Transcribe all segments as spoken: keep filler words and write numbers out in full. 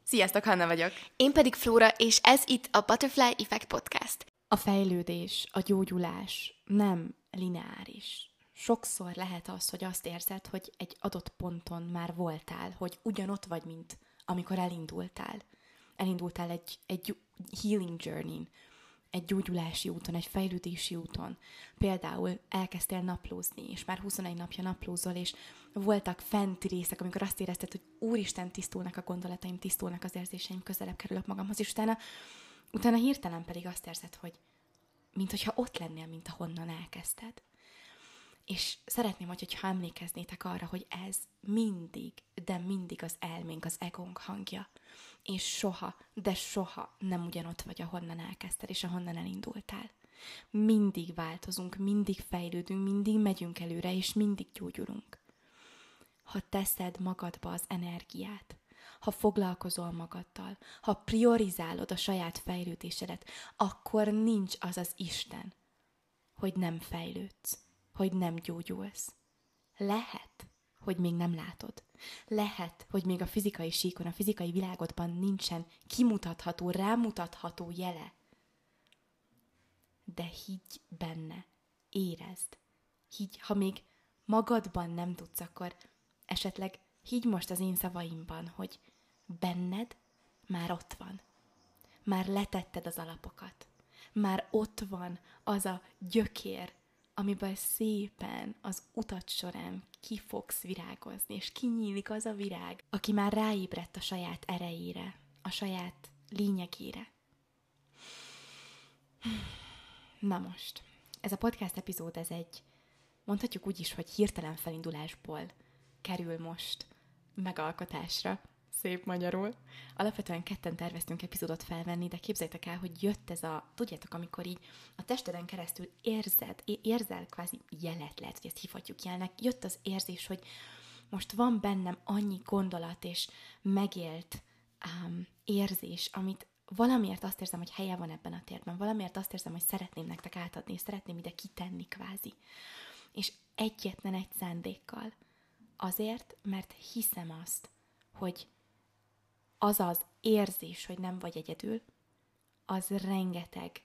Sziasztok, Hanna vagyok. Én pedig Flóra, és ez itt a Butterfly Effect Podcast. A fejlődés, a gyógyulás nem lineáris. Sokszor lehet az, hogy azt érzed, hogy egy adott ponton már voltál, hogy ugyanott vagy, mint amikor elindultál. Elindultál egy, egy healing journey-n, egy gyógyulási úton, egy fejlődési úton. Például elkezdtél naplózni, és már huszonegy napja naplózol, és voltak fenti részek, amikor azt érezted, hogy úristen, tisztulnak a gondolataim, tisztulnak az érzéseim, közelebb kerülök magamhoz, és utána, utána hirtelen pedig azt érzed, hogy minthogyha ott lennél, mint ahonnan elkezdted. És szeretném, hogyha emlékeznétek arra, hogy ez mindig, de mindig az elménk, az egónk hangja. És soha, de soha nem ugyanott vagy, ahonnan elkezdted, és ahonnan elindultál. Mindig változunk, mindig fejlődünk, mindig megyünk előre, és mindig gyógyulunk. Ha teszed magadba az energiát, ha foglalkozol magaddal, ha priorizálod a saját fejlődésedet, akkor nincs az az Isten, hogy nem fejlődsz, hogy nem gyógyulsz. Lehet, hogy még nem látod. Lehet, hogy még a fizikai síkon, a fizikai világodban nincsen kimutatható, rámutatható jele. De higgy benne, érezd. Higgy, ha még magadban nem tudsz, akkor esetleg higgy most az én szavaimban, hogy benned már ott van. Már letetted az alapokat. Már ott van az a gyökér, amiben szépen az utat során ki fogsz virágozni, és kinyílik az a virág, aki már ráébredt a saját erejére, a saját lényegére. Na most, ez a podcast epizód, ez egy, mondhatjuk úgy is, hogy hirtelen felindulásból kerül most megalkotásra, szép magyarul. Alapvetően ketten terveztünk epizódot felvenni, de képzeljétek el, hogy jött ez a, tudjátok, amikor így a testeden keresztül érzed, érzel kvázi jelet, lehet, hogy ezt hívhatjuk jelnek, jött az érzés, hogy most van bennem annyi gondolat és megélt um, érzés, amit valamiért azt érzem, hogy helye van ebben a térben, valamiért azt érzem, hogy szeretném nektek átadni, és szeretném ide kitenni kvázi. És egyetlen egy szándékkal. Azért, mert hiszem azt, hogy az az érzés, hogy nem vagy egyedül, az rengeteg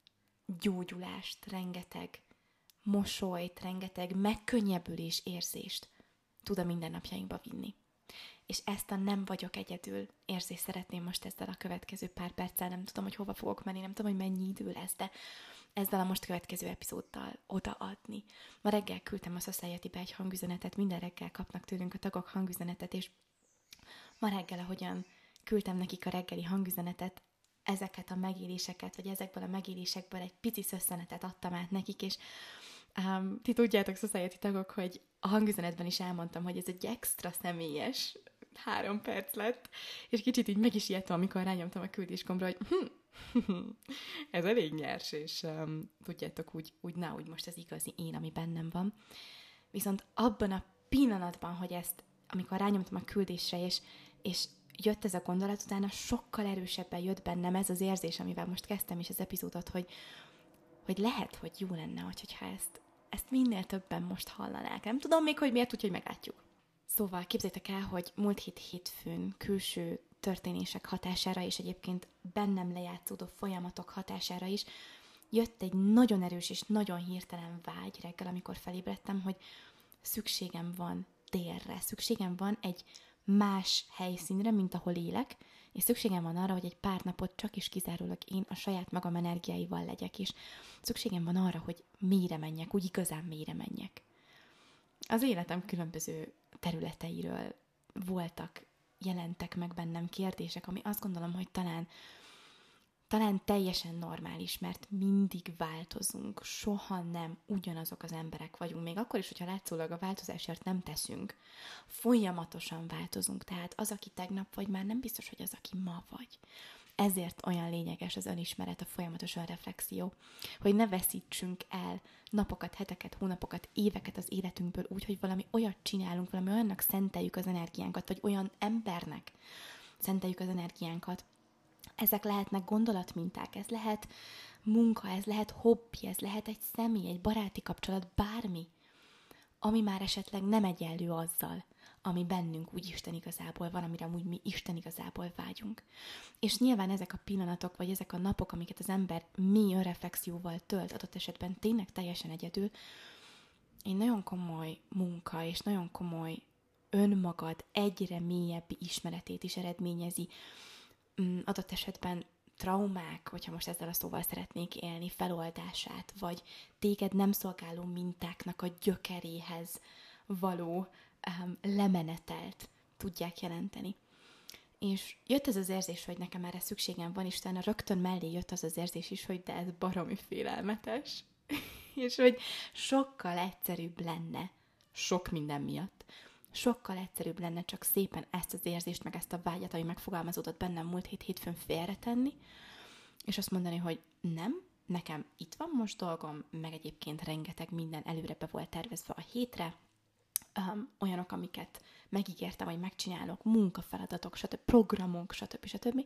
gyógyulást, rengeteg mosolyt, rengeteg megkönnyebbülés érzést tud a mindennapjainkba vinni. És ezt a nem vagyok egyedül érzést szeretném most ezzel a következő pár perccel, nem tudom, hogy hova fogok menni, nem tudom, hogy mennyi idő lesz, de ezzel a most következő epizóddal odaadni. Ma reggel küldtem a Society-be egy hangüzenetet, minden reggel kapnak tőlünk a tagok hangüzenetet, és ma reggel, ahogyan küldtem nekik a reggeli hangüzenetet, ezeket a megéléseket, vagy ezekből a megélésekből egy pici szösszenetet adtam át nekik, és um, ti tudjátok, Society tagok, hogy a hangüzenetben is elmondtam, hogy ez egy extra személyes három perc lett, és kicsit így meg is ijedtem, amikor rányomtam a küldésgombra, hogy hm, ez elég nyers, és um, tudjátok, úgy, úgy na, úgy most az igazi én, ami bennem van. Viszont abban a pillanatban, hogy ezt, amikor rányomtam a küldésre, és, és jött ez a gondolat, utána sokkal erősebben jött bennem ez az érzés, amivel most kezdtem is az epizódot, hogy, hogy lehet, hogy jó lenne, hogyha ezt, ezt minél többen most hallanák. Nem tudom még, hogy miért, úgyhogy meglátjuk. Szóval képzeljétek el, hogy múlt hét hétfőn külső történések hatására, és egyébként bennem lejátszódó folyamatok hatására is jött egy nagyon erős és nagyon hirtelen vágy reggel, amikor felébredtem, hogy szükségem van térre, szükségem van egy más helyszínre, mint ahol élek, és szükségem van arra, hogy egy pár napot csak is kizárólag én a saját magam energiáival legyek, és szükségem van arra, hogy mélyre menjek, úgy igazán mélyre menjek. Az életem különböző területeiről voltak, jelentek meg bennem kérdések, ami azt gondolom, hogy talán, talán teljesen normális, mert mindig változunk, soha nem ugyanazok az emberek vagyunk, még akkor is, hogyha látszólag a változásért nem teszünk. Folyamatosan változunk, tehát az, aki tegnap vagy, már nem biztos, hogy az, aki ma vagy. Ezért olyan lényeges az önismeret, a folyamatos önreflexió, hogy ne veszítsünk el napokat, heteket, hónapokat, éveket az életünkből úgy, hogy valami olyat csinálunk, valami olyannak szenteljük az energiánkat, vagy olyan embernek szenteljük az energiánkat. Ezek lehetnek gondolatminták, ez lehet munka, ez lehet hobbi, ez lehet egy személy, egy baráti kapcsolat, bármi, ami már esetleg nem egyenlő azzal, ami bennünk úgy Isten igazából van, amire amúgy mi Isten igazából vágyunk. És nyilván ezek a pillanatok, vagy ezek a napok, amiket az ember mély önreflexióval tölt, adott esetben tényleg teljesen egyedül, egy nagyon komoly munka, és nagyon komoly önmagad egyre mélyebbi ismeretét is eredményezi, adott esetben traumák, hogyha most ezzel a szóval szeretnék élni, feloldását, vagy téged nem szolgáló mintáknak a gyökeréhez való um, lemenetelt tudják jelenteni. És jött ez az érzés, hogy nekem erre szükségem van, és utána rögtön mellé jött az az érzés is, hogy de ez baromi félelmetes. És hogy sokkal egyszerűbb lenne, sok minden miatt, sokkal egyszerűbb lenne csak szépen ezt az érzést, meg ezt a vágyat, ami megfogalmazódott bennem múlt hét hétfőn félretenni, és azt mondani, hogy nem, nekem itt van most dolgom, meg egyébként rengeteg minden előre be volt tervezve a hétre, um, olyanok, amiket megígértem, hogy megcsinálok, munkafeladatok, stb., programok, stb. stb.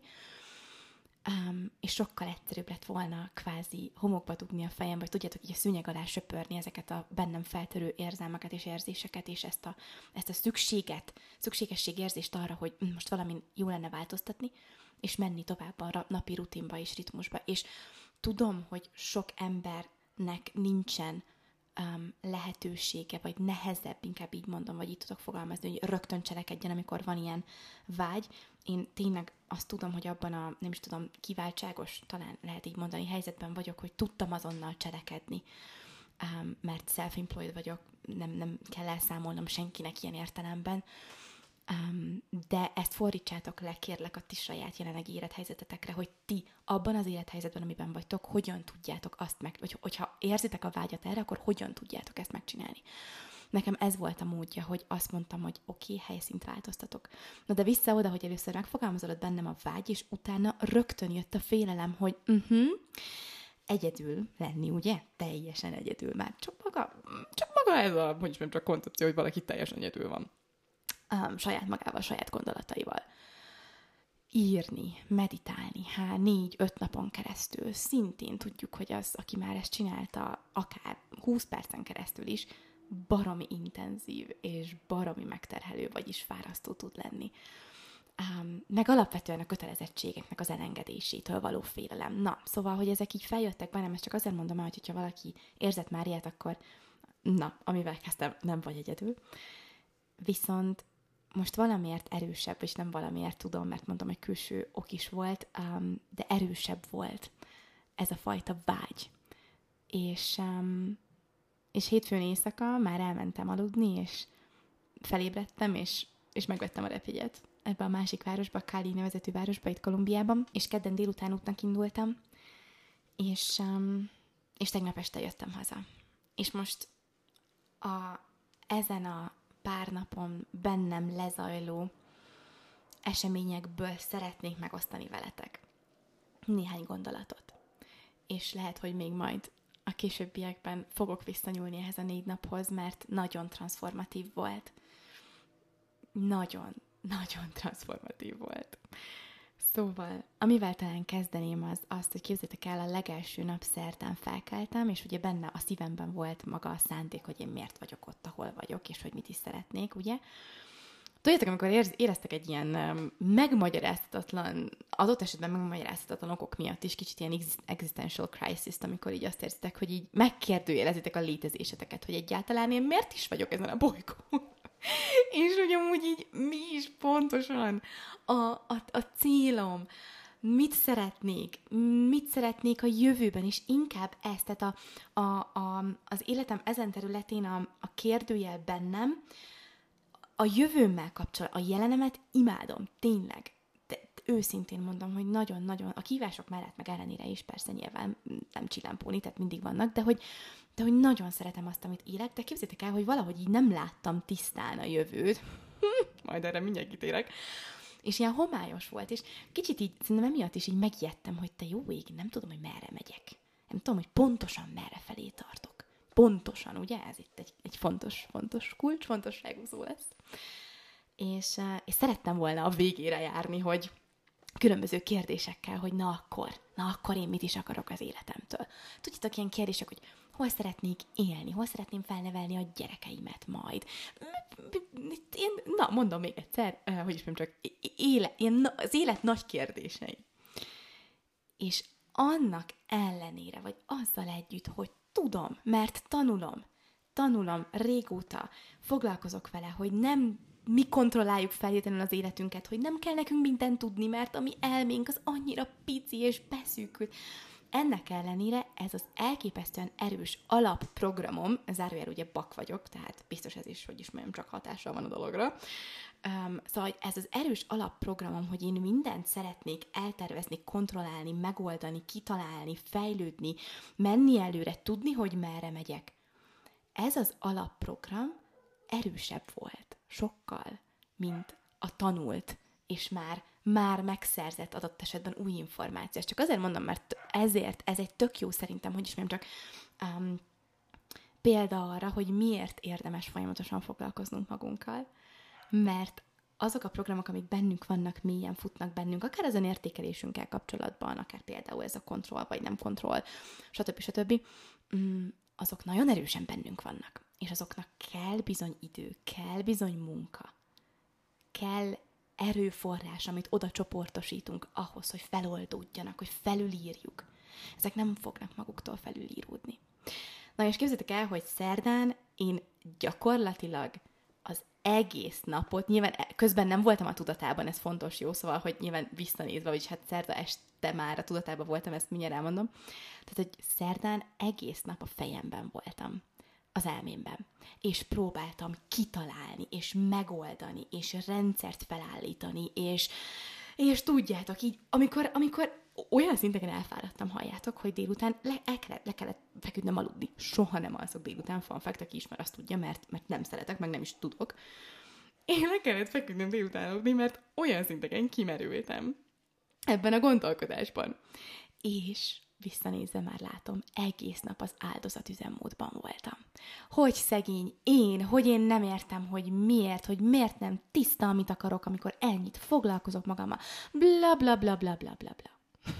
Um, és sokkal egyszerűbb lett volna kvázi homokba dugni a fejembe, vagy tudjátok, így a szőnyeg alá söpörni ezeket a bennem feltörő érzelmeket és érzéseket, és ezt a, ezt a szükséget, szükségességérzést arra, hogy most valamin jó lenne változtatni, és menni tovább a napi rutinba és ritmusba. És tudom, hogy sok embernek nincsen um, lehetősége, vagy nehezebb, inkább így mondom, vagy így tudok fogalmazni, hogy rögtön cselekedjen, amikor van ilyen vágy. Én tényleg azt tudom, hogy abban a, nem is tudom, kiváltságos, talán lehet így mondani, helyzetben vagyok, hogy tudtam azonnal cselekedni, um, mert self-employed vagyok, nem, nem kell elszámolnom senkinek ilyen értelemben, um, de ezt fordítsátok le, kérlek, a ti saját jelenlegi élethelyzetetekre, hogy ti abban az élethelyzetben, amiben vagytok, hogyan tudjátok azt meg, vagy hogyha érzitek a vágyat erre, akkor hogyan tudjátok ezt megcsinálni. Nekem ez volt a módja, hogy azt mondtam, hogy oké, okay, helyszínt változtatok. Na de vissza oda, hogy először megfogalmazódott bennem a vágy, és utána rögtön jött a félelem, hogy uh-huh, egyedül lenni, ugye? Teljesen egyedül már. Csak maga, csak maga ez a, hogy is mondjam, csak koncepció, hogy valaki teljesen egyedül van. Um, saját magával, saját gondolataival. Írni, meditálni, hát négy-öt napon keresztül. Szintén tudjuk, hogy az, aki már ezt csinálta, akár húsz percen keresztül is, baromi intenzív és baromi megterhelő, vagyis fárasztó tud lenni. Um, meg alapvetően a kötelezettségeknek az elengedésétől való félelem. Na, szóval, hogy ezek így feljöttek bennem, ezt csak azért mondom el, hogy hogyha valaki érzett már ilyet, akkor na, amivel kezdtem, nem vagy egyedül. Viszont most valamiért erősebb, és nem valamiért tudom, mert mondom, hogy külső ok is volt, um, de erősebb volt ez a fajta vágy. És... Um, És hétfőn éjszaka már elmentem aludni, és felébredtem, és, és megvettem a repjegyet ebbe a másik városba, Cali nevezetű városba, itt Kolumbiában, és kedden délután útnak indultam, és, um, és tegnap este jöttem haza. És most a, ezen a pár napon bennem lezajló eseményekből szeretnék megosztani veletek néhány gondolatot. És lehet, hogy még majd a későbbiekben fogok visszanyúlni ehhez a négy naphoz, mert nagyon transformatív volt. Nagyon, nagyon transformatív volt. Szóval, amivel talán kezdeném az azt, hogy képzeljétek el, a legelső nap szerdán felkeltem, és ugye benne a szívemben volt maga a szándék, hogy én miért vagyok ott, ahol vagyok, és hogy mit is szeretnék, ugye? Tudjátok, amikor érz, éreztek egy ilyen um, megmagyarázhatatlan, adott esetben megmagyarázhatatlan okok miatt is kicsit ilyen existential crisis-t, amikor így azt érzitek, hogy így megkérdőjelezitek a létezéseteket, hogy egyáltalán én miért is vagyok ezen a bolygón. És hogy amúgy így mi is pontosan a, a, a célom, mit szeretnék, mit szeretnék a jövőben, és inkább ezt, tehát a, a, a, az életem ezen területén a, a kérdőjel bennem, a jövőmmel kapcsolatban, a jelenemet imádom, tényleg. De őszintén mondom, hogy nagyon-nagyon, a kívások mellett meg ellenére is persze nyilván nem csillámpóni, tehát mindig vannak, de hogy, de hogy nagyon szeretem azt, amit élek, de képzeljétek el, hogy valahogy így nem láttam tisztán a jövőt. Majd erre mindjárt kitérek. És ilyen homályos volt, és kicsit így, szerintem emiatt is így megijedtem, hogy te jó ég, nem tudom, hogy merre megyek. Nem tudom, hogy pontosan merre felé tartok. Pontosan, ugye? Ez itt egy, egy fontos, fontos kulcs, fontosságú szó lesz. És, és szerettem volna a végére járni, hogy különböző kérdésekkel, hogy na akkor, na akkor én mit is akarok az életemtől. Tudjátok, ilyen kérdések, hogy hol szeretnék élni, hol szeretném felnevelni a gyerekeimet majd. én, na, mondom még egyszer, hogy is mondjam, csak éle, ilyen, az élet nagy kérdései. És annak ellenére, vagy azzal együtt, hogy tudom, mert tanulom, tanulom régóta, foglalkozok vele, hogy nem mi kontrolláljuk feltétlenül az életünket, hogy nem kell nekünk mindent tudni, mert a mi elménk az annyira pici és beszűkült. Ennek ellenére ez az elképesztően erős alapprogramom, zárójel ugye bak vagyok, tehát biztos ez is, hogy is mondjam, csak hatással van a dologra. Um, szóval ez az erős alapprogramom, hogy én mindent szeretnék eltervezni, kontrollálni, megoldani, kitalálni, fejlődni, menni előre, tudni, hogy merre megyek. Ez az alapprogram erősebb volt, sokkal, mint a tanult, és már, már megszerzett adott esetben új információ. Csak azért mondom, mert ezért ez egy tök jó szerintem, hogy is mondjam, csak um, példa arra, hogy miért érdemes folyamatosan foglalkoznunk magunkkal, mert azok a programok, amik bennünk vannak, mélyen futnak bennünk, akár az önértékelésünkkel kapcsolatban, akár például ez a kontroll, vagy nem kontroll, stb. stb., azok nagyon erősen bennünk vannak. És azoknak kell bizony idő, kell bizony munka, kell erőforrás, amit oda csoportosítunk ahhoz, hogy feloldódjanak, hogy felülírjuk. Ezek nem fognak maguktól felülíródni. Na és képzeljétek el, hogy szerdán én gyakorlatilag az egész napot, nyilván közben nem voltam a tudatában, ez fontos, jó, szóval, hogy nyilván visszanézve, vagyis hát szerda este már a tudatában voltam, ezt mindjárt elmondom. Tehát, hogy szerdán egész nap a fejemben voltam, az elmémben, és próbáltam kitalálni, és megoldani, és rendszert felállítani, és, és tudjátok, így, amikor, amikor olyan szinteken elfáradtam, halljátok, hogy délután le, le, kellett, le kellett feküdnem aludni. Soha nem alszok délután, fun fact, aki ismer, azt tudja, mert, mert nem szeretek, meg nem is tudok. Én le kellett feküdnöm délután aludni, mert olyan szinteken kimerültem ebben a gondolkodásban. És visszanézve már látom, egész nap az áldozatüzemmódban voltam. Hogy szegény én, hogy én nem értem, hogy miért, hogy miért nem tiszta, amit akarok, amikor ennyit foglalkozok magammal. Bla, bla, bla, bla, bla, bla, bla.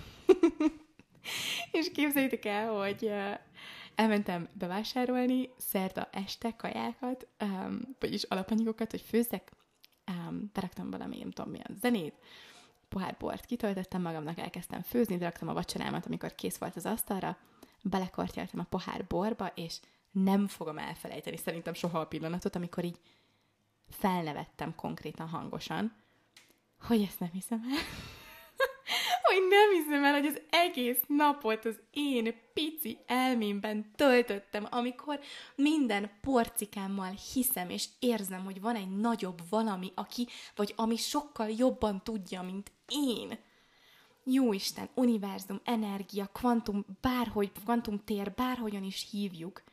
És képzeljétek el, hogy uh, elmentem bevásárolni szerda este kajákat, um, vagyis alapanyagokat, hogy főzzek. Um, beraktam valami, nem tudom milyen zenét, pohár bort kitöltöttem magamnak, elkezdtem főzni, de raktam a vacsorámat, amikor kész volt az asztalra, belekortyoltam a pohár borba, és nem fogom elfelejteni szerintem soha a pillanatot, amikor így felnevettem konkrétan hangosan, hogy ezt nem hiszem el. hogy nem hiszem el, hogy az egész napot az én pici elmémben töltöttem, amikor minden porcikámmal hiszem, és érzem, hogy van egy nagyobb valami, aki, vagy ami sokkal jobban tudja, mint én. Jóisten, univerzum, energia, kvantum, bárhogy, kvantumtér, bárhogyan is hívjuk.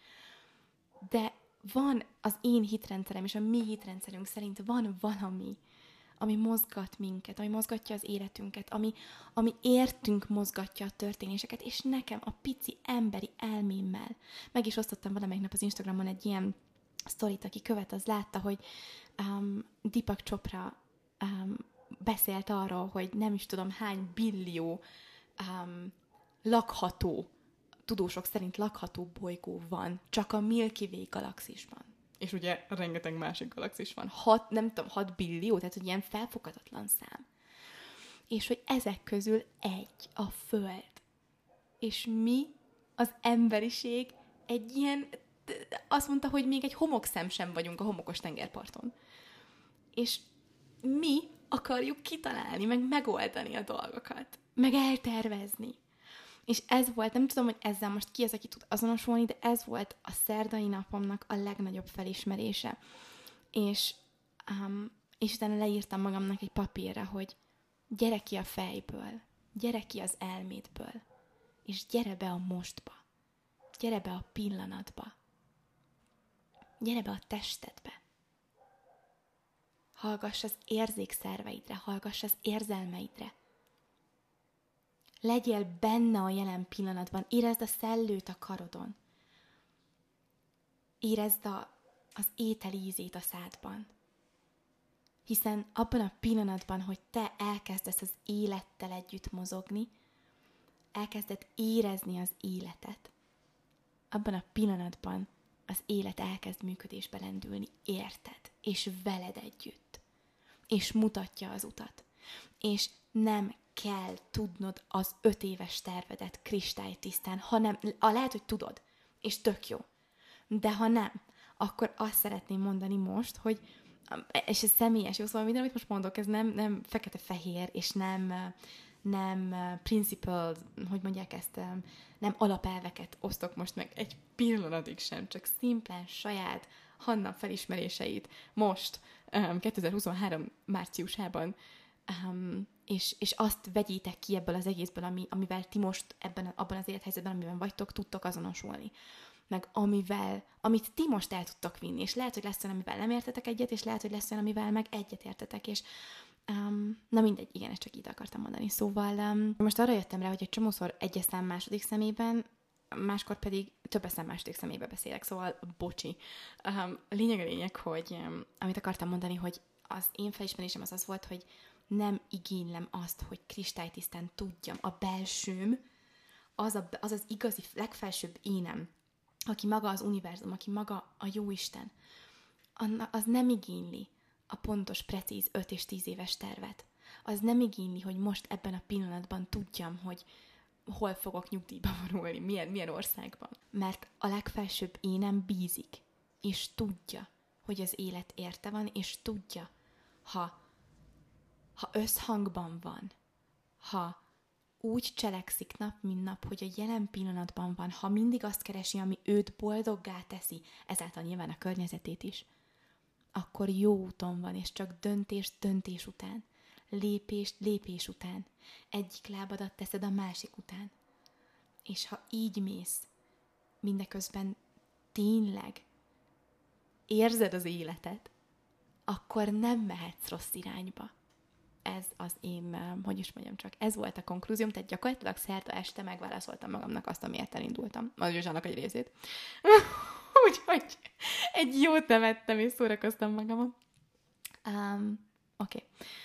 De van az én hitrendszerem, és a mi hitrendszerünk szerint van valami, ami mozgat minket, ami mozgatja az életünket, ami, ami értünk mozgatja a történéseket, és nekem a pici emberi elmémmel. Meg is osztottam valamelyik nap az Instagramon egy ilyen sztorit, aki követ, az látta, hogy um, Deepak Chopra um, beszélt arról, hogy nem is tudom hány billió um, lakható, tudósok szerint lakható bolygó van csak a Milky Way galaxisban. És ugye rengeteg másik galaxis van. Hat, nem tudom, hat billió, tehát hogy ilyen felfoghatatlan szám. És hogy ezek közül egy a Föld. És mi, az emberiség, egy ilyen, azt mondta, hogy még egy homokszem sem vagyunk a homokos tengerparton. És mi akarjuk kitalálni, meg megoldani a dolgokat. Meg eltervezni. És ez volt, nem tudom, hogy ezzel most ki az, aki tud azonosulni, de ez volt a szerdai napomnak a legnagyobb felismerése. És, um, és utána leírtam magamnak egy papírra, hogy gyere ki a fejből, gyere ki az elmédből, és gyere be a mostba, gyere be a pillanatba, gyere be a testedbe. Hallgass az érzékszerveidre, hallgass az érzelmeidre. Legyél benne a jelen pillanatban, érezd a szellőt a karodon. Érezd a, az étel ízét a szádban. Hiszen abban a pillanatban, hogy te elkezdesz az élettel együtt mozogni, elkezded érezni az életet, abban a pillanatban az élet elkezd működésbe lendülni, érted, és veled együtt. És mutatja az utat. És nem kell tudnod az öt éves tervedet kristálytisztán, hanem a lehet, hogy tudod, és tök jó. De ha nem, akkor azt szeretném mondani most, hogy, és ez személyes, jó, szóval minden, amit most mondok, ez nem, nem fekete-fehér, és nem, nem principle, hogy mondják ezt, nem alapelveket osztok most meg egy pillanatig sem, csak szimplán saját Hanna felismeréseit most, kétezer-huszonhárom márciusában, Um, és, és azt vegyétek ki ebből az egészből, ami, amivel ti most ebben, abban az élethelyzetben, amiben vagytok, tudtok azonosulni. Meg amivel, amit ti most el tudtok vinni. És lehet, hogy lesz olyan, amivel nem értetek egyet, és lehet, hogy lesz olyan, amivel meg egyet értetek. És um, na mindegy, igen, ezt csak így akartam mondani. Szóval um, most arra jöttem rá, hogy egy csomószor egyes szám második szemében, máskor pedig többes szám második szemébe beszélek, szóval bocsi. Um, lényeg a lényeg, hogy um, amit akartam mondani, hogy az én felismerésem az az volt, hogy nem igénylem azt, hogy kristálytisztán tudjam. A belsőm, az, a, az az igazi legfelsőbb énem, aki maga az univerzum, aki maga a Jóisten, az nem igényli a pontos, precíz öt és tíz éves tervet. Az nem igényli, hogy most ebben a pillanatban tudjam, hogy hol fogok nyugdíjba vonulni, milyen, milyen országban. Mert a legfelsőbb énem bízik, és tudja, hogy az élet érte van, és tudja, ha ha összhangban van, ha úgy cselekszik nap, mint nap, hogy a jelen pillanatban van, ha mindig azt keresi, ami őt boldoggá teszi, ezáltal nyilván a környezetét is, akkor jó úton van, és csak döntés döntés után, lépést lépés után, egyik lábadat teszed a másik után. És ha így mész, mindeközben tényleg érzed az életet, akkor nem mehetsz rossz irányba. Ez az én, hogy is mondjam csak, ez volt a konklúzióm, tehát gyakorlatilag szerda este megválaszoltam magamnak azt, amiért elindultam. Az is annak egy részét. Úgyhogy egy jót nevettem, és szórakoztam magamon. Um, Oké.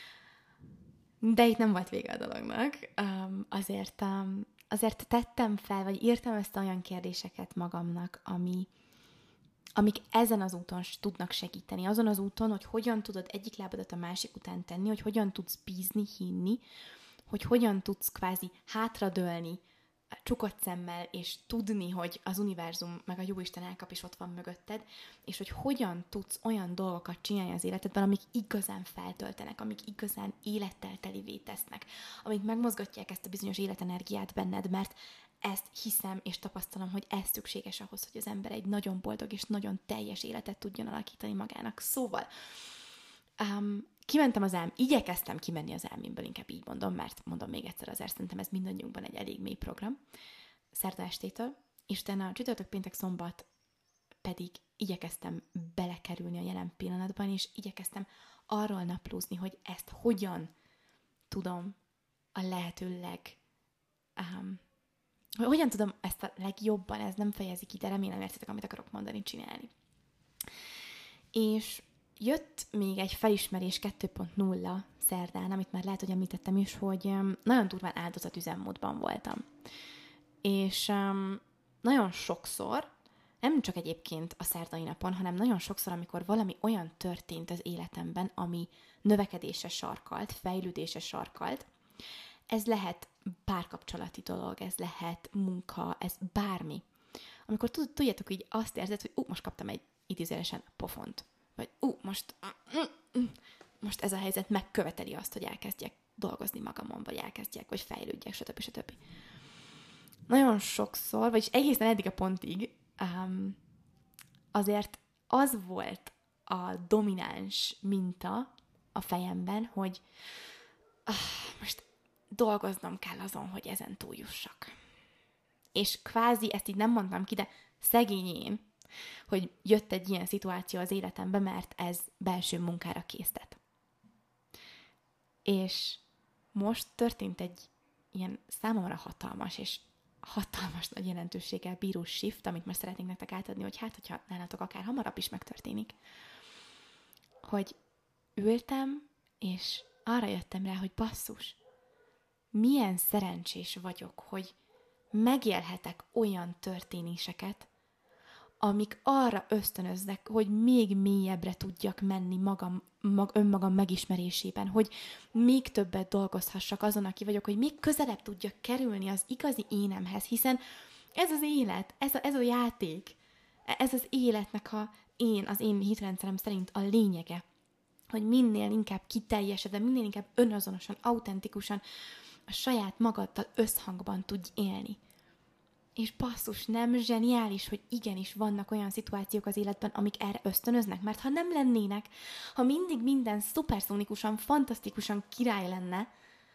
Okay. De itt nem volt vége a dolognak. Um, azért, um, azért tettem fel, vagy írtam ezt olyan kérdéseket magamnak, ami amik ezen az úton tudnak segíteni. Azon az úton, hogy hogyan tudod egyik lábadat a másik után tenni, hogy hogyan tudsz bízni, hinni, hogy hogyan tudsz kvázi hátradőlni csukott szemmel, és tudni, hogy az univerzum, meg a Jóisten elkap, és ott van mögötted, és hogy hogyan tudsz olyan dolgokat csinálni az életedben, amik igazán feltöltenek, amik igazán élettel telivé tesznek, amik megmozgatják ezt a bizonyos életenergiát benned, mert ezt hiszem és tapasztalom, hogy ez szükséges ahhoz, hogy az ember egy nagyon boldog és nagyon teljes életet tudjon alakítani magának. Szóval, um, kimentem az elm, igyekeztem kimenni az elmémből, inkább így mondom, mert mondom még egyszer, azért szerintem ez mindannyiunkban egy elég mély program, szerda estétől, és utána a csütörtök, péntek, szombat pedig igyekeztem belekerülni a jelen pillanatban, és igyekeztem arról naplózni, hogy ezt hogyan tudom a lehető leg... Um, Hogyan tudom ezt a legjobban, ez nem fejezik ki, de remélem értitek, amit akarok mondani, csinálni. És jött még egy felismerés kettő pont nulla szerdán, amit már lehet, hogy említettem is, hogy nagyon durván áldozatüzemmódban voltam. És um, nagyon sokszor, nem csak egyébként a szerdai napon, hanem nagyon sokszor, amikor valami olyan történt az életemben, ami növekedésre sarkalt, fejlődésre sarkalt, ez lehet párkapcsolati dolog, ez lehet munka, ez bármi. Amikor tudjátok, így azt érzed, hogy ú, most kaptam egy idézőjelesen pofont. Vagy ú, most, most ez a helyzet megköveteli azt, hogy elkezdjek dolgozni magamon, vagy elkezdjek, vagy fejlődjek, stb. stb. Nagyon sokszor, vagyis egészen eddig a pontig um, azért az volt a domináns minta a fejemben, hogy ah, most dolgoznom kell azon, hogy ezen túljussak. És kvázi, ezt így nem mondtam ki, de szegény én, hogy jött egy ilyen szituáció az életembe, mert ez belső munkára késztet. És most történt egy ilyen számomra hatalmas, és hatalmas nagy jelentőséggel bíró shift, amit most szeretnénk nektek átadni, hogy hát, hogyha nálatok akár hamarabb is megtörténik, hogy ültem, és arra jöttem rá, hogy basszus, milyen szerencsés vagyok, hogy megélhetek olyan történéseket, amik arra ösztönöznek, hogy még mélyebbre tudjak menni magam, mag, önmagam megismerésében, hogy még többet dolgozhassak azon, aki vagyok, hogy még közelebb tudjak kerülni az igazi énemhez, hiszen ez az élet, ez a, ez a játék, ez az életnek a én, az én hitrendszerem szerint a lényege, hogy minél inkább kiteljesedve, minél inkább önazonosan, autentikusan a saját magaddal összhangban tudj élni. És basszus, nem zseniális, hogy igenis vannak olyan szituációk az életben, amik erre ösztönöznek, mert ha nem lennének, ha mindig minden szuperszónikusan, fantasztikusan király lenne,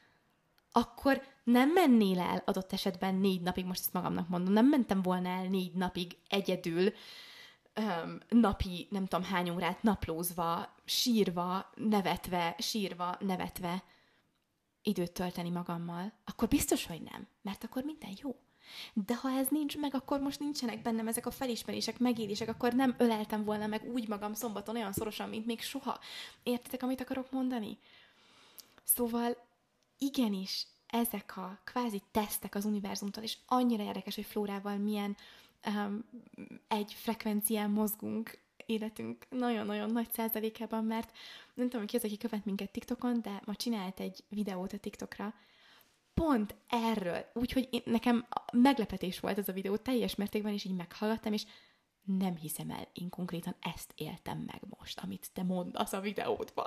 akkor nem mennél el adott esetben négy napig, most ezt magamnak mondom, nem mentem volna el négy napig egyedül, öm, napi nem tudom hány órát naplózva, sírva, nevetve, sírva, nevetve időt tölteni magammal, akkor biztos, hogy nem, mert akkor minden jó. De ha ez nincs meg, akkor most nincsenek bennem ezek a felismerések, megélések, akkor nem öleltem volna meg úgy magam szombaton olyan szorosan, mint még soha. Értitek, amit akarok mondani? Szóval igenis, ezek a kvázi tesztek az univerzumtól, és annyira érdekes, hogy Flórával milyen um, egy frekvencián mozgunk életünk nagyon-nagyon nagy százalékában, mert nem tudom, ki az, aki követ minket TikTokon, de ma csinált egy videót a TikTokra, pont erről, úgyhogy én, nekem meglepetés volt ez a videó teljes mértékben, és így meghallgattam, és nem hiszem el, én konkrétan ezt éltem meg most, amit te mondasz a videódban.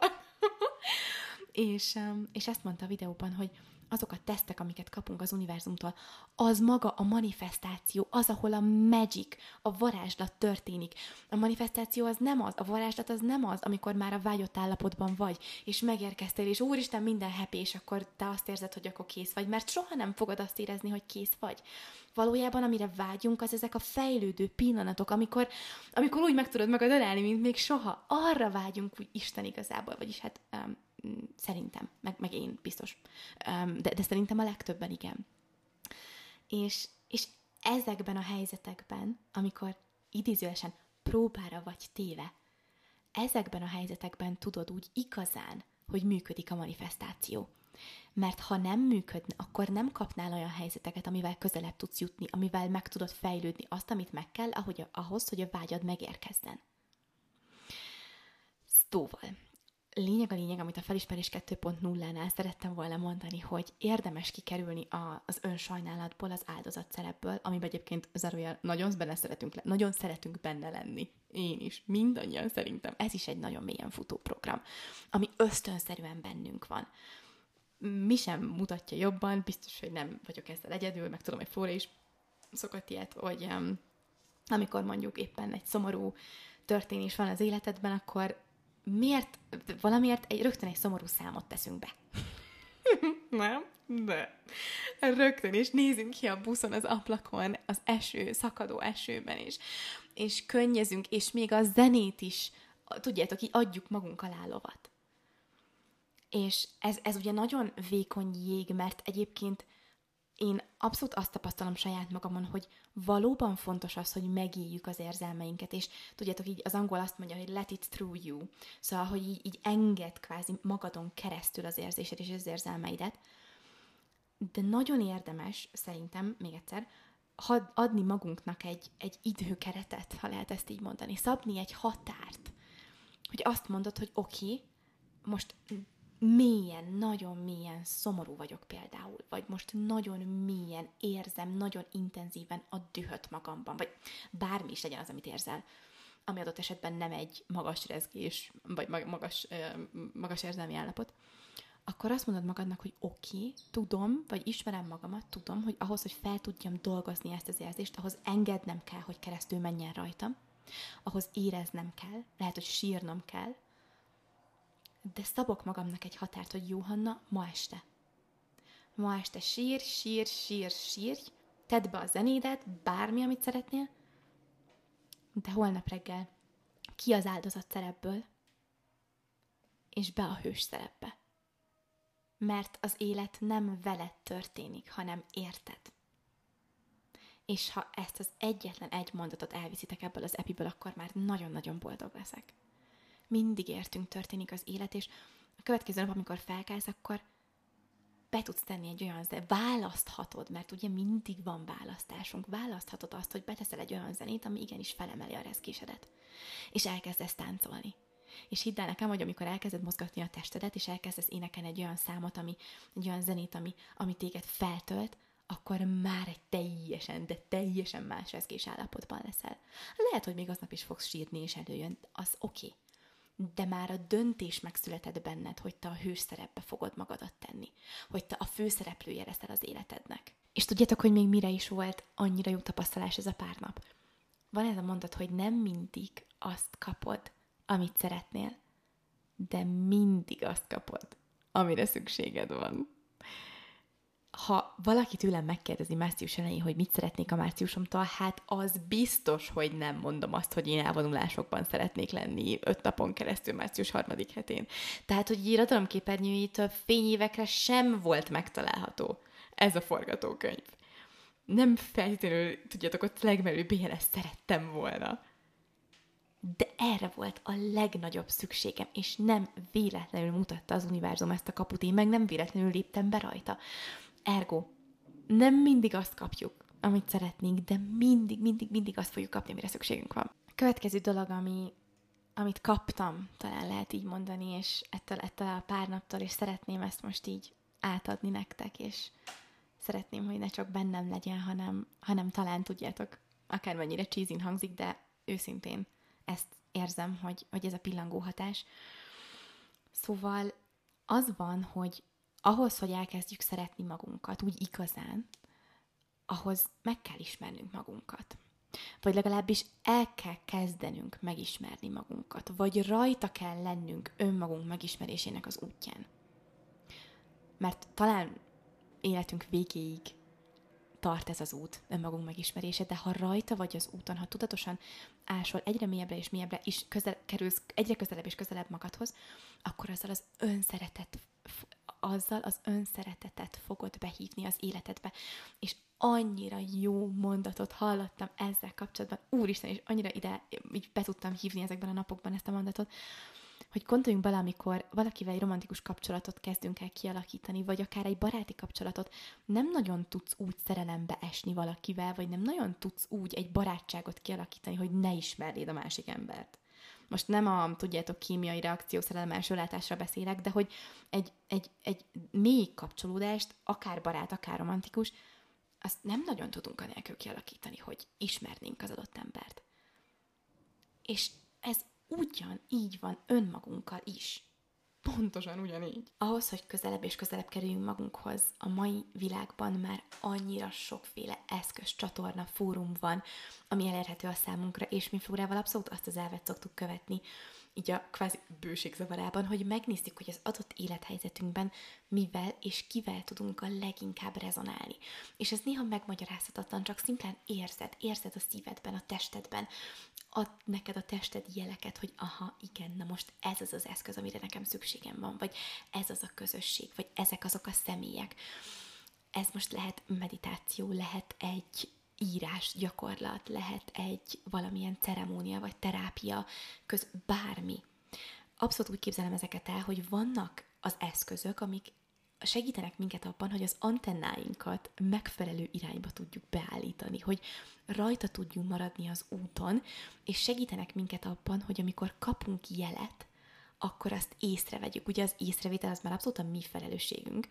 és, és ezt mondta a videóban, hogy azok a tesztek, amiket kapunk az univerzumtól, az maga a manifestáció, az, ahol a magic, a varázslat történik. A manifestáció az nem az, a varázslat az nem az, amikor már a vágyott állapotban vagy, és megérkeztél, és úristen, minden happy, és akkor te azt érzed, hogy akkor kész vagy, mert soha nem fogod azt érezni, hogy kész vagy. Valójában, amire vágyunk, az ezek a fejlődő pillanatok, amikor, amikor úgy meg tudod magad ölelni, mint még soha. Arra vágyunk úgy Isten igazából, vagyis hát... Um, Szerintem, meg, meg én biztos. De, de szerintem a legtöbben igen. És, és ezekben a helyzetekben, amikor idézőesen próbára vagy téve, ezekben a helyzetekben tudod úgy igazán, hogy működik a manifestáció. Mert ha nem működne, akkor nem kapnál olyan helyzeteket, amivel közelebb tudsz jutni, amivel meg tudod fejlődni azt, amit meg kell, ahogy, ahhoz, hogy a vágyad megérkezzen. Szóval... Lényeg a lényeg, amit a felismerés kettő pont nullánál szerettem volna mondani, hogy érdemes kikerülni a, az önsajnálatból, az áldozatszerepből, amiben egyébként zárójel nagyon benne szeretünk, nagyon szeretünk benne lenni. Én is, mindannyian szerintem. Ez is egy nagyon mélyen futó program, ami ösztönszerűen bennünk van. Mi sem mutatja jobban, biztos, hogy nem vagyok ezzel egyedül, meg tudom, hogy Flóra is szokott ilyet, hogy um, amikor mondjuk éppen egy szomorú történés van az életedben, akkor miért, valamiért egy, rögtön egy szomorú számot teszünk be. Nem? De. Rögtön, és nézünk ki a buszon, az ablakon, az eső, szakadó esőben, és, és könnyezünk, és még a zenét is, tudjátok, így adjuk magunk alá lovat. És ez, ez ugye nagyon vékony jég, mert egyébként én abszolút azt tapasztalom saját magamon, hogy valóban fontos az, hogy megéljük az érzelmeinket, és tudjátok, így az angol azt mondja, hogy let it through you, szóval, hogy így, így engedd kvázi magadon keresztül az érzésed és az érzelmeidet, de nagyon érdemes, szerintem, még egyszer, adni magunknak egy, egy időkeretet, ha lehet ezt így mondani, szabni egy határt, hogy azt mondod, hogy oké, okay, most mélyen, nagyon mélyen szomorú vagyok például, vagy most nagyon mélyen érzem, nagyon intenzíven a dühöt magamban, vagy bármi is legyen az, amit érzel, ami adott esetben nem egy magas rezgés, vagy magas, magas érzelmi állapot, akkor azt mondod magadnak, hogy oké, okay, tudom, vagy ismerem magamat, tudom, hogy ahhoz, hogy fel tudjam dolgozni ezt az érzést, ahhoz engednem kell, hogy keresztül menjen rajtam, ahhoz éreznem kell, lehet, hogy sírnom kell, de szabok magamnak egy határt, hogy jó, Hanna, ma este. Ma este sír, sír, sír, sírj, tedd be a zenédet, bármi, amit szeretnél, de holnap reggel ki az áldozat szerepből, és be a hős szerepbe. Mert az élet nem veled történik, hanem érted. És ha ezt az egyetlen egy mondatot elviszitek ebből az epiből, akkor már nagyon-nagyon boldog leszek. Mindig értünk történik az élet, és a következő nap, amikor felkelsz, akkor be tudsz tenni egy olyan zenét, választhatod, mert ugye mindig van választásunk, választhatod azt, hogy beteszel egy olyan zenét, ami igenis felemeli a rezgésedet. És elkezdesz táncolni. És hidd el nekem, hogy amikor elkezded mozgatni a testedet, és elkezdesz énekelni egy olyan számot, ami, egy olyan zenét, ami, ami téged feltölt, akkor már egy teljesen, de teljesen más rezgés állapotban leszel. Lehet, hogy még aznap is fogsz sírni, és előjön, az oké. Okay. De már a döntés megszületett benned, hogy te a hős szerepbe fogod magadat tenni. Hogy te a főszereplője leszel az életednek. És tudjátok, hogy még mire is volt annyira jó tapasztalás ez a pár nap? Van ez a mondat, hogy nem mindig azt kapod, amit szeretnél, de mindig azt kapod, amire szükséged van. Ha valaki tőlem megkérdezi március elején, hogy mit szeretnék a márciusomtól, hát az biztos, hogy nem mondom azt, hogy én elvonulásokban szeretnék lenni öt napon keresztül március harmadik hetén. Tehát, hogy irodalomképernyőjétől fényévekre sem volt megtalálható ez a forgatókönyv. Nem feltétlenül, tudjátok, ott legmerőbb én ezt szerettem volna. De erre volt a legnagyobb szükségem, és nem véletlenül mutatta az univerzum ezt a kaput, én meg nem véletlenül léptem be rajta. Ergo, nem mindig azt kapjuk, amit szeretnénk, de mindig, mindig, mindig azt fogjuk kapni, amire szükségünk van. A következő dolog, ami, amit kaptam, talán lehet így mondani, és ettől, ettől a pár naptól, és szeretném ezt most így átadni nektek, és szeretném, hogy ne csak bennem legyen, hanem, hanem talán tudjátok, akármennyire cheesy hangzik, de őszintén ezt érzem, hogy, hogy ez a pillangó hatás. Szóval az van, hogy ahhoz, hogy elkezdjük szeretni magunkat, úgy igazán, ahhoz meg kell ismernünk magunkat. Vagy legalábbis el kell kezdenünk megismerni magunkat. Vagy rajta kell lennünk önmagunk megismerésének az útján. Mert talán életünk végéig tart ez az út, önmagunk megismerése, de ha rajta vagy az úton, ha tudatosan ásol egyre mélyebbre és mélyebbre, és közel, kerülsz egyre közelebb és közelebb magadhoz, akkor azzal az önszeretet, azzal az önszeretetet fogod behívni az életedbe. És annyira jó mondatot hallottam ezzel kapcsolatban, úristen, és annyira ide így be tudtam hívni ezekben a napokban ezt a mondatot, hogy gondoljunk bele, amikor valakivel egy romantikus kapcsolatot kezdünk el kialakítani, vagy akár egy baráti kapcsolatot, nem nagyon tudsz úgy szerelembe esni valakivel, vagy nem nagyon tudsz úgy egy barátságot kialakítani, hogy ne ismernéd a másik embert. Most nem a, tudjátok, kémiai reakció szerelem első látásra beszélek, de hogy egy, egy, egy mély kapcsolódást, akár barát, akár romantikus, azt nem nagyon tudunk anélkül kialakítani, hogy ismernénk az adott embert. És ez ugyan így van önmagunkkal is. Pontosan ugyanígy. Ahhoz, hogy közelebb és közelebb kerüljünk magunkhoz, a mai világban már annyira sokféle eszköz, csatorna, fórum van, ami elérhető a számunkra, és mi fórával abszolút azt az elvet szoktuk követni, így a kvázi bőségzavarában, hogy megnézzük, hogy az adott élethelyzetünkben mivel és kivel tudunk a leginkább rezonálni. És ez néha megmagyarázhatatlan, csak szimplán érzed, érzed a szívedben, a testedben, ad neked a tested jeleket, hogy aha, igen, na most ez az az eszköz, amire nekem szükségem van, vagy ez az a közösség, vagy ezek azok a személyek. Ez most lehet meditáció, lehet egy írás gyakorlat, lehet egy valamilyen ceremónia, vagy terápia, köz, bármi. Abszolút úgy képzelem ezeket el, hogy vannak az eszközök, amik segítenek minket abban, hogy az antennáinkat megfelelő irányba tudjuk beállítani, hogy rajta tudjunk maradni az úton, és segítenek minket abban, hogy amikor kapunk jelet, akkor azt észrevegyük. Ugye az észrevétel az már abszolút a mi felelősségünk,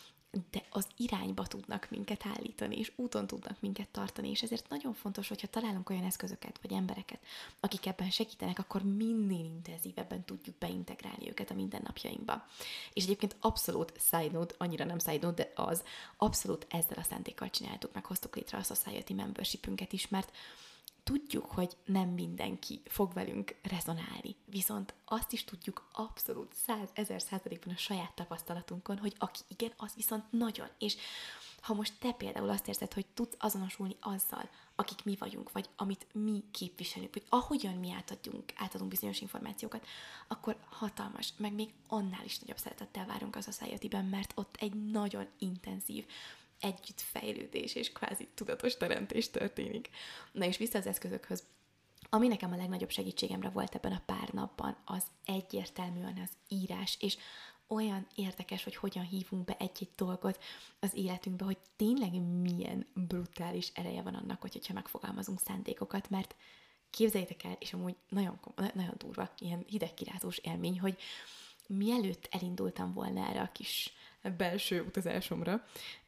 de az irányba tudnak minket állítani, és úton tudnak minket tartani, és ezért nagyon fontos, hogyha találunk olyan eszközöket, vagy embereket, akik ebben segítenek, akkor minél intenzívebben tudjuk beintegrálni őket a mindennapjainkba. És egyébként abszolút side note, annyira nem side note, de az, abszolút ezzel a szándékkal csináltuk, meg hoztuk létre a Society Membership-ünket is, mert tudjuk, hogy nem mindenki fog velünk rezonálni, viszont azt is tudjuk abszolút száz, ezer százalékban a saját tapasztalatunkon, hogy aki igen, az viszont nagyon. És ha most te például azt érzed, hogy tudsz azonosulni azzal, akik mi vagyunk, vagy amit mi képviselünk, vagy ahogyan mi átadjunk, átadunk bizonyos információkat, akkor hatalmas, meg még annál is nagyobb szeretettel várunk az Society-ben, mert ott egy nagyon intenzív együttfejlődés és kvázi tudatos teremtés történik. Na és vissza az eszközökhöz. Ami nekem a legnagyobb segítségemre volt ebben a pár napban, az egyértelműen az írás, és olyan érdekes, hogy hogyan hívunk be egy-egy dolgot az életünkbe, hogy tényleg milyen brutális ereje van annak, hogyha megfogalmazunk szándékokat, mert képzeljétek el, és amúgy nagyon, nagyon durva, ilyen hidegkirázós élmény, hogy mielőtt elindultam volna erre a kis belső utazásomra,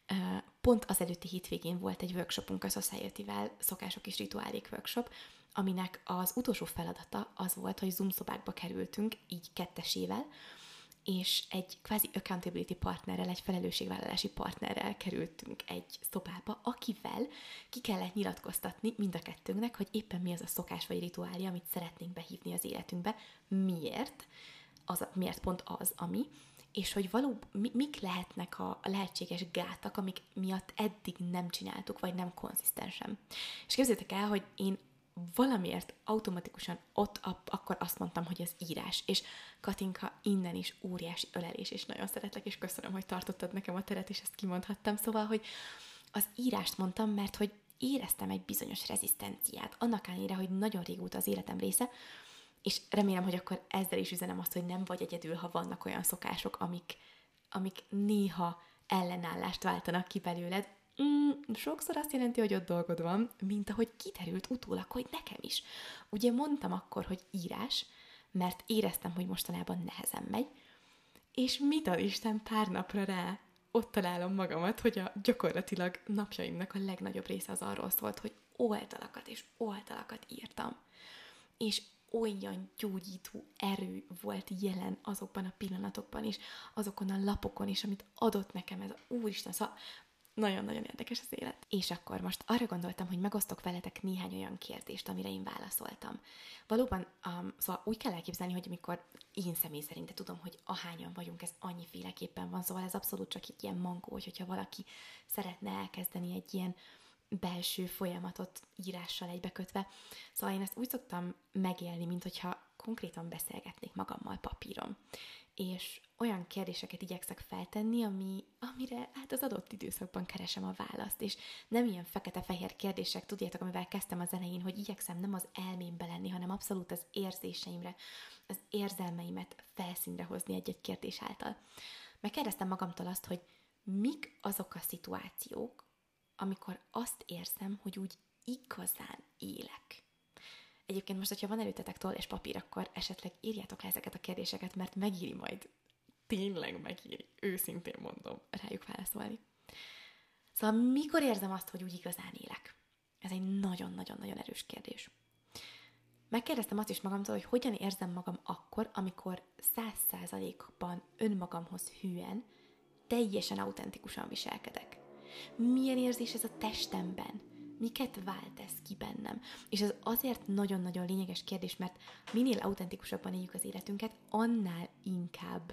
pont az előtti hétvégén volt egy workshopunk a Society-vel, szokások és rituálék workshop, aminek az utolsó feladata az volt, hogy Zoom szobákba kerültünk, így kettesével, és egy kvázi accountability partnerrel, egy felelősségvállalási partnerrel kerültünk egy szobába, akivel ki kellett nyilatkoztatni mind a kettőnknek, hogy éppen mi az a szokás vagy rituálja, amit szeretnénk behívni az életünkbe, miért, az, miért pont az, ami, és hogy valóban mi, mik lehetnek a lehetséges gátak, amik miatt eddig nem csináltuk, vagy nem konzisztensen. És képzeljétek el, hogy én valamiért automatikusan ott app, akkor azt mondtam, hogy az írás. És Katinka, innen is óriási ölelés, és nagyon szeretlek, és köszönöm, hogy tartottad nekem a teret, és ezt kimondhattam. Szóval, hogy az írást mondtam, mert hogy éreztem egy bizonyos rezisztenciát, annak ellenére, hogy nagyon régóta az életem része, és remélem, hogy akkor ezzel is üzenem azt, hogy nem vagy egyedül, ha vannak olyan szokások, amik, amik néha ellenállást váltanak ki belőled. Mm, sokszor azt jelenti, hogy ott dolgod van, mint ahogy kiderült utólag, hogy nekem is. Ugye mondtam akkor, hogy írás, mert éreztem, hogy mostanában nehezen megy, és mit ad Isten pár napra rá, ott találom magamat, hogy a gyakorlatilag napjaimnak a legnagyobb része az arról szólt, hogy oldalakat és oldalakat írtam. És olyan gyógyító erő volt jelen azokban a pillanatokban, és azokon a lapokon is, amit adott nekem ez a Úristen, szóval nagyon-nagyon érdekes az élet. És akkor most arra gondoltam, hogy megosztok veletek néhány olyan kérdést, amire én válaszoltam. Valóban, um, szóval úgy kell elképzelni, hogy amikor én személy szerint, de tudom, hogy ahányan vagyunk, ez annyiféleképpen van, szóval ez abszolút csak egy ilyen mangó, hogyha valaki szeretne elkezdeni egy ilyen belső folyamatot írással egybekötve. Szóval én ezt úgy szoktam megélni, mint hogyha konkrétan beszélgetnék magammal papíron. És olyan kérdéseket igyekszek feltenni, ami, amire hát az adott időszakban keresem a választ, és nem ilyen fekete-fehér kérdések, tudjátok, amivel kezdtem az elején, hogy igyekszem nem az elmémbe lenni, hanem abszolút az érzéseimre, az érzelmeimet felszínre hozni egy-egy kérdés által. Megkérdeztem magamtól azt, hogy mik azok a szituációk, amikor azt érzem, hogy úgy igazán élek. Egyébként most, hogyha van előttetek toll és papír, akkor esetleg írjátok le ezeket a kérdéseket, mert megíri majd, tényleg megíri, őszintén mondom, rájuk válaszolni. Szóval mikor érzem azt, hogy úgy igazán élek? Ez egy nagyon-nagyon-nagyon erős kérdés. Megkérdeztem azt is magamtól, hogy hogyan érzem magam akkor, amikor száz százalékban önmagamhoz hűen, teljesen autentikusan viselkedek. Milyen érzés ez a testemben? Miket vált ez ki bennem? És ez azért nagyon-nagyon lényeges kérdés, mert minél autentikusabban éljük az életünket, annál inkább,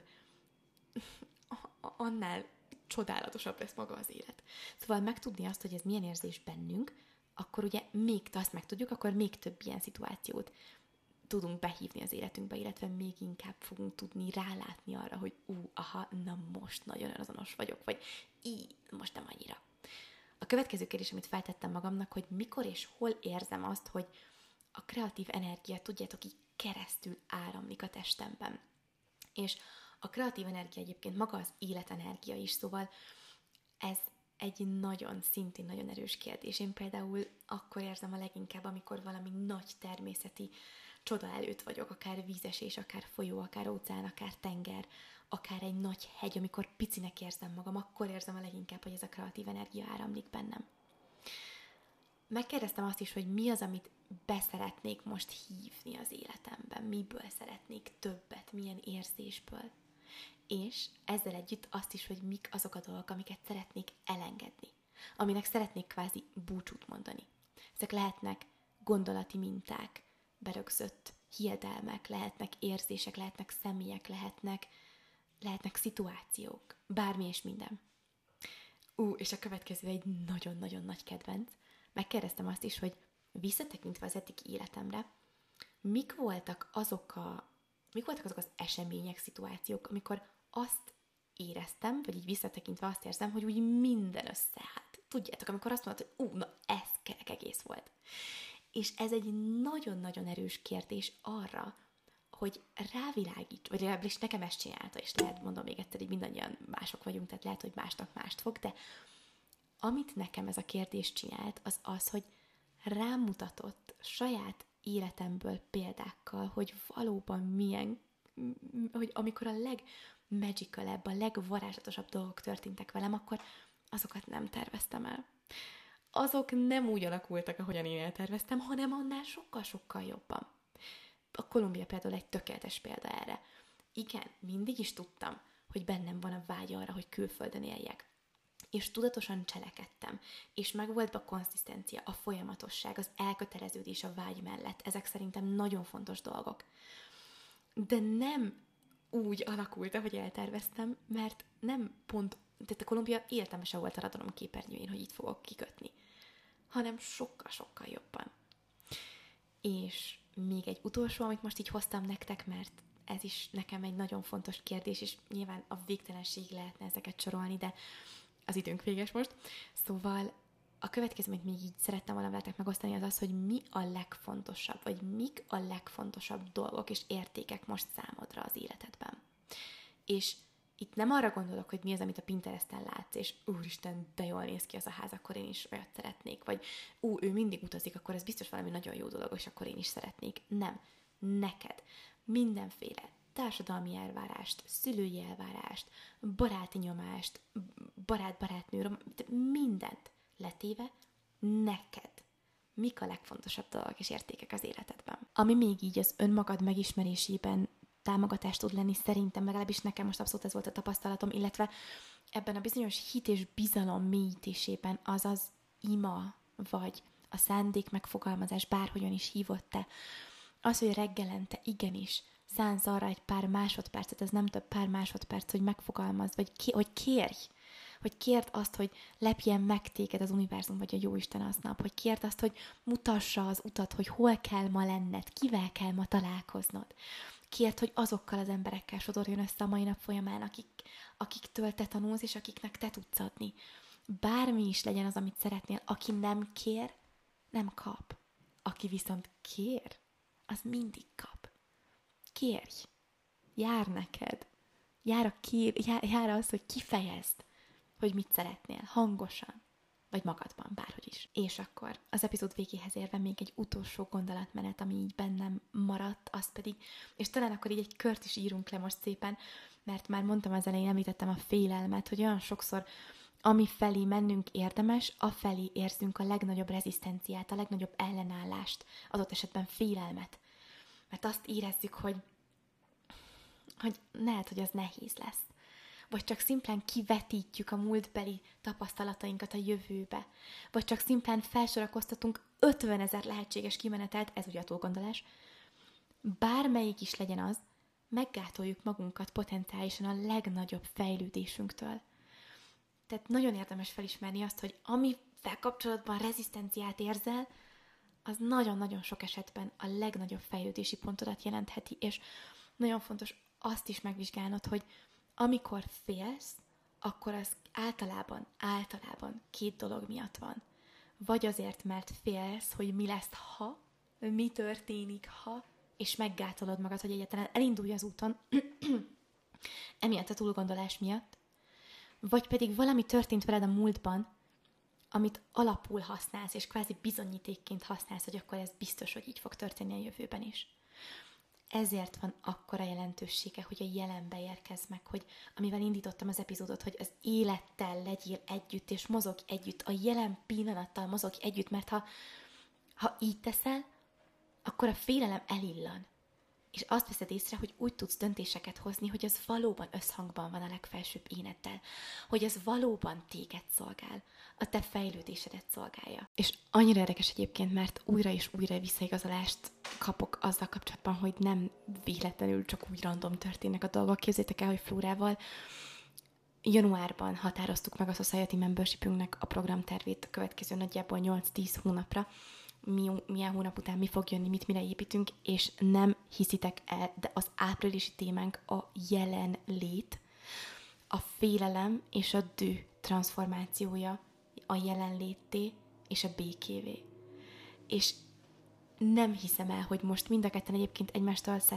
annál csodálatosabb lesz maga az élet. Szóval megtudni azt, hogy ez milyen érzés bennünk, akkor ugye még azt megtudjuk, akkor még több ilyen szituációt tudunk behívni az életünkbe, illetve még inkább fogunk tudni rálátni arra, hogy ú, aha, na most nagyon azonos vagyok, vagy így, most nem annyira. A következő kérdés, amit feltettem magamnak, hogy mikor és hol érzem azt, hogy a kreatív energia, tudjátok, így keresztül áramlik a testemben. És a kreatív energia egyébként maga az életenergia is, szóval ez egy nagyon, szintén nagyon erős kérdés. Én például akkor érzem a leginkább, amikor valami nagy természeti csoda előtt vagyok, akár vízesés, akár folyó, akár óceán, akár tenger, akár egy nagy hegy, amikor picinek érzem magam, akkor érzem a leginkább, hogy ez a kreatív energia áramlik bennem. Megkérdeztem azt is, hogy mi az, amit beszeretnék most hívni az életemben, miből szeretnék többet, milyen érzésből. És ezzel együtt azt is, hogy mik azok a dolgok, amiket szeretnék elengedni, aminek szeretnék kvázi búcsút mondani. Ezek lehetnek gondolati minták, berögzött hiedelmek, lehetnek érzések, lehetnek személyek, lehetnek, lehetnek szituációk, bármi és minden. Ú, és a következő egy nagyon-nagyon nagy kedvenc. Megkérdeztem azt is, hogy visszatekintve az eddigi életemre, mik voltak azok a, mik voltak azok az események, szituációk, amikor azt éreztem, vagy így visszatekintve azt érzem, hogy úgy minden összeállt. Tudjátok, amikor azt mondod, hogy ú, na ez kerek egész volt. És ez egy nagyon-nagyon erős kérdés arra, hogy rávilágíts, vagy legalábbis nekem ezt csinálta, és lehet, mondom még egyszer, hogy mindannyian mások vagyunk, tehát lehet, hogy másnak mást fog, de amit nekem ez a kérdés csinált, az az, hogy rámutatott saját életemből példákkal, hogy valóban milyen, hogy amikor a legmagicalebb, a legvarázslatosabb dolgok történtek velem, akkor azokat nem terveztem el. Azok nem úgy alakultak, ahogyan én elterveztem, hanem annál sokkal-sokkal jobban. A Kolumbia például egy tökéletes példa erre. Igen, mindig is tudtam, hogy bennem van a vágy arra, hogy külföldön éljek. És tudatosan cselekedtem, és megvolt a konzisztencia, a folyamatosság, az elköteleződés a vágy mellett. Ezek szerintem nagyon fontos dolgok. De nem úgy alakult, ahogy elterveztem, mert nem pont, tehát a Kolumbia életemben sem volt a radarom képernyőjén, hogy itt fogok kikötni, hanem sokkal-sokkal jobban. És még egy utolsó, amit most így hoztam nektek, mert ez is nekem egy nagyon fontos kérdés, és nyilván a végtelenség lehetne ezeket sorolni, de az időnk véges most. Szóval a következő, amit még így szerettem volna veletek megosztani, az az, hogy mi a legfontosabb, vagy mik a legfontosabb dolgok és értékek most számodra az életedben. És itt nem arra gondolok, hogy mi az, amit a Pinteresten látsz, és úristen, de jól néz ki az a ház, akkor én is olyat szeretnék, vagy ú, ő mindig utazik, akkor ez biztos valami nagyon jó dolog, és akkor én is szeretnék. Nem. Neked mindenféle társadalmi elvárást, szülői elvárást, baráti nyomást, barát-barátnő, mindent letéve neked. Mik a legfontosabb dolgok és értékek az életedben? Ami még így az önmagad megismerésében támogatást tud lenni, szerintem, legalábbis nekem most abszolút ez volt a tapasztalatom, illetve ebben a bizonyos hit és bizalom mélyítésében az az ima, vagy a szándék megfogalmazás, bárhogyan is hívott te, az, hogy reggelente igenis szánsz arra egy pár másodpercet, ez nem több pár másodperc, hogy megfogalmazd, vagy ké- hogy kérj, hogy kérd azt, hogy lepjen meg téged az univerzum, vagy a Jóisten aznap, hogy kérd azt, hogy mutassa az utat, hogy hol kell ma lenned, kivel kell ma találkoznod. Kérd, hogy azokkal az emberekkel sodorjon össze a mai nap folyamán, akik, akiktől te tanulsz, és akiknek te tudsz adni. Bármi is legyen az, amit szeretnél, aki nem kér, nem kap. Aki viszont kér, az mindig kap. Kérj, jár neked, jár, a kér, jár, jár az, hogy kifejezd, hogy mit szeretnél, hangosan, vagy magadban, bárhogy is. És akkor az epizód végéhez érve még egy utolsó gondolatmenet, ami így bennem maradt, az pedig, és talán akkor így egy kört is írunk le most szépen, mert már mondtam az elején, említettem a félelmet, hogy olyan sokszor, ami felé mennünk érdemes, afelé érzünk a legnagyobb rezisztenciát, a legnagyobb ellenállást, adott esetben félelmet. Mert azt érezzük, hogy, hogy lehet, hogy az nehéz lesz. Vagy csak szimplán kivetítjük a múltbeli tapasztalatainkat a jövőbe. Vagy csak szimplán felsorakoztatunk ötvenezer lehetséges kimenetelt, ez ugye a túlgondolás. Bármelyik is legyen az, meggátoljuk magunkat potenciálisan a legnagyobb fejlődésünktől. Tehát nagyon érdemes felismerni azt, hogy amivel kapcsolatban rezisztenciát érzel, az nagyon-nagyon sok esetben a legnagyobb fejlődési pontodat jelentheti, és nagyon fontos azt is megvizsgálnod, hogy amikor félsz, akkor az általában, általában két dolog miatt van. Vagy azért, mert félsz, hogy mi lesz, ha, mi történik, ha, és meggátolod magad, hogy egyáltalán elindulj az úton, emiatt a túlgondolás miatt, vagy pedig valami történt veled a múltban, amit alapul használsz, és kvázi bizonyítékként használsz, hogy akkor ez biztos, hogy így fog történni a jövőben is. Ezért van akkora jelentősége, hogy a jelenbe érkezz meg, hogy amivel indítottam az epizódot, hogy az élettel legyél együtt, és mozogj együtt, a jelen pillanattal mozogj együtt, mert ha, ha így teszel, akkor a félelem elillan. És azt veszed észre, hogy úgy tudsz döntéseket hozni, hogy az valóban összhangban van a legfelsőbb éneddel, hogy az valóban téged szolgál, a te fejlődésedet szolgálja. És annyira érdekes egyébként, mert újra és újra visszaigazolást kapok azzal kapcsolatban, hogy nem véletlenül csak úgy random történnek a dolgok. Képzeljétek el, hogy Flórával januárban határoztuk meg a Society Membershipünknek a programtervét a következő nagyjából nyolc-tíz hónapra, Mi, milyen hónap után mi fog jönni, mit mire építünk, és nem hiszitek el, de az áprilisi témánk a jelenlét, a félelem és a dű transformációja, a jelenlétté és a békévé. És nem hiszem el, hogy most mind a ketten egyébként egymástól szepar-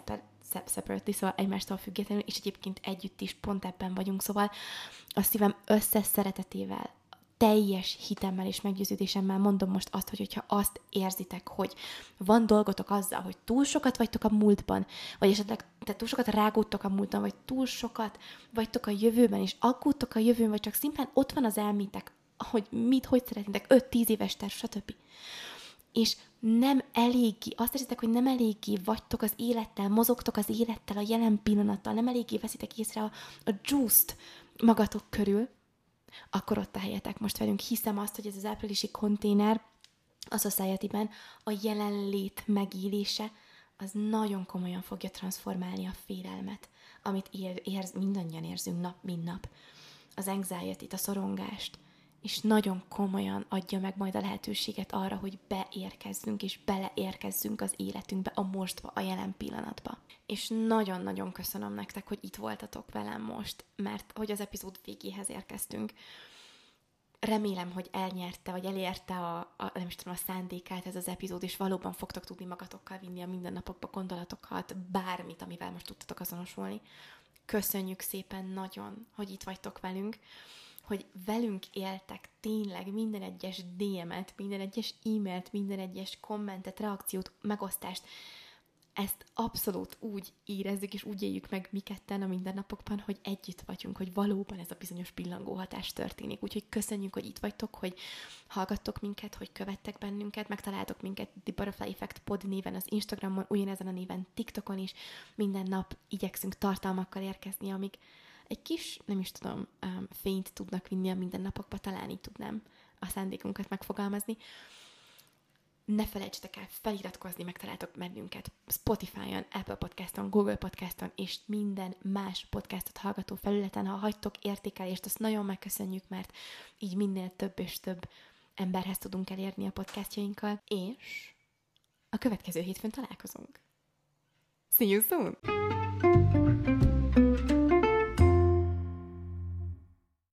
separately, szóval egymástól függetlenül, és egyébként együtt is pont ebben vagyunk, szóval a szívem összes szeretetével, teljes hitemmel és meggyőződésemmel mondom most azt, hogy hogyha azt érzitek, hogy van dolgotok azzal, hogy túl sokat vagytok a múltban, vagy esetleg te túl sokat rágódtok a múltban, vagy túl sokat vagytok a jövőben, és aggódtok a jövőn, vagy csak szimplán ott van az elmétek, hogy mit, hogy szeretnétek, öt-tíz éves terv, stb. És nem eléggé, azt érzitek, hogy nem eléggé vagytok az élettel, mozogtok az élettel, a jelen pillanattal, nem eléggé veszitek észre a, a juice-t magatok körül, akkor ott a helyetek most velünk. Hiszem azt, hogy ez az áprilisi konténer a Society-ben a jelenlét megélése, az nagyon komolyan fogja transformálni a félelmet, amit ér, érz, mindannyian érzünk nap, mint nap. Az anxiety-t, a szorongást, és nagyon komolyan adja meg majd a lehetőséget arra, hogy beérkezzünk, és beleérkezzünk az életünkbe, a mostba, a jelen pillanatba. És nagyon-nagyon köszönöm nektek, hogy itt voltatok velem most, mert hogy az epizód végéhez érkeztünk. Remélem, hogy elnyerte, vagy elérte a, a, nem is tudom, a szándékát ez az epizód, és valóban fogtok tudni magatokkal vinni a mindennapokba gondolatokat, bármit, amivel most tudtatok azonosulni. Köszönjük szépen nagyon, hogy itt vagytok velünk, hogy velünk éltek tényleg minden egyes dé em-et, minden egyes e-mailt, minden egyes kommentet, reakciót, megosztást. Ezt abszolút úgy érezzük, és úgy éljük meg mi ketten a mindennapokban, hogy együtt vagyunk, hogy valóban ez a bizonyos pillangó hatás történik. Úgyhogy köszönjük, hogy itt vagytok, hogy hallgattok minket, hogy követtek bennünket, megtaláltok minket The Butterfly Effect Pod néven az Instagramon, ugyanezen a néven TikTokon is. Minden nap igyekszünk tartalmakkal érkezni, amik egy kis, nem is tudom, um, fényt tudnak vinni a mindennapokba, talán így tudnám a szándékunkat megfogalmazni. Ne felejtsetek el feliratkozni, megtaláltok bennünket Spotify-on, Apple Podcaston, Google Podcaston és minden más podcastot hallgató felületen. Ha hagytok értékelést, azt nagyon megköszönjük, mert így minél több és több emberhez tudunk elérni a podcastjainkkal, és a következő hétfőn találkozunk. See you soon!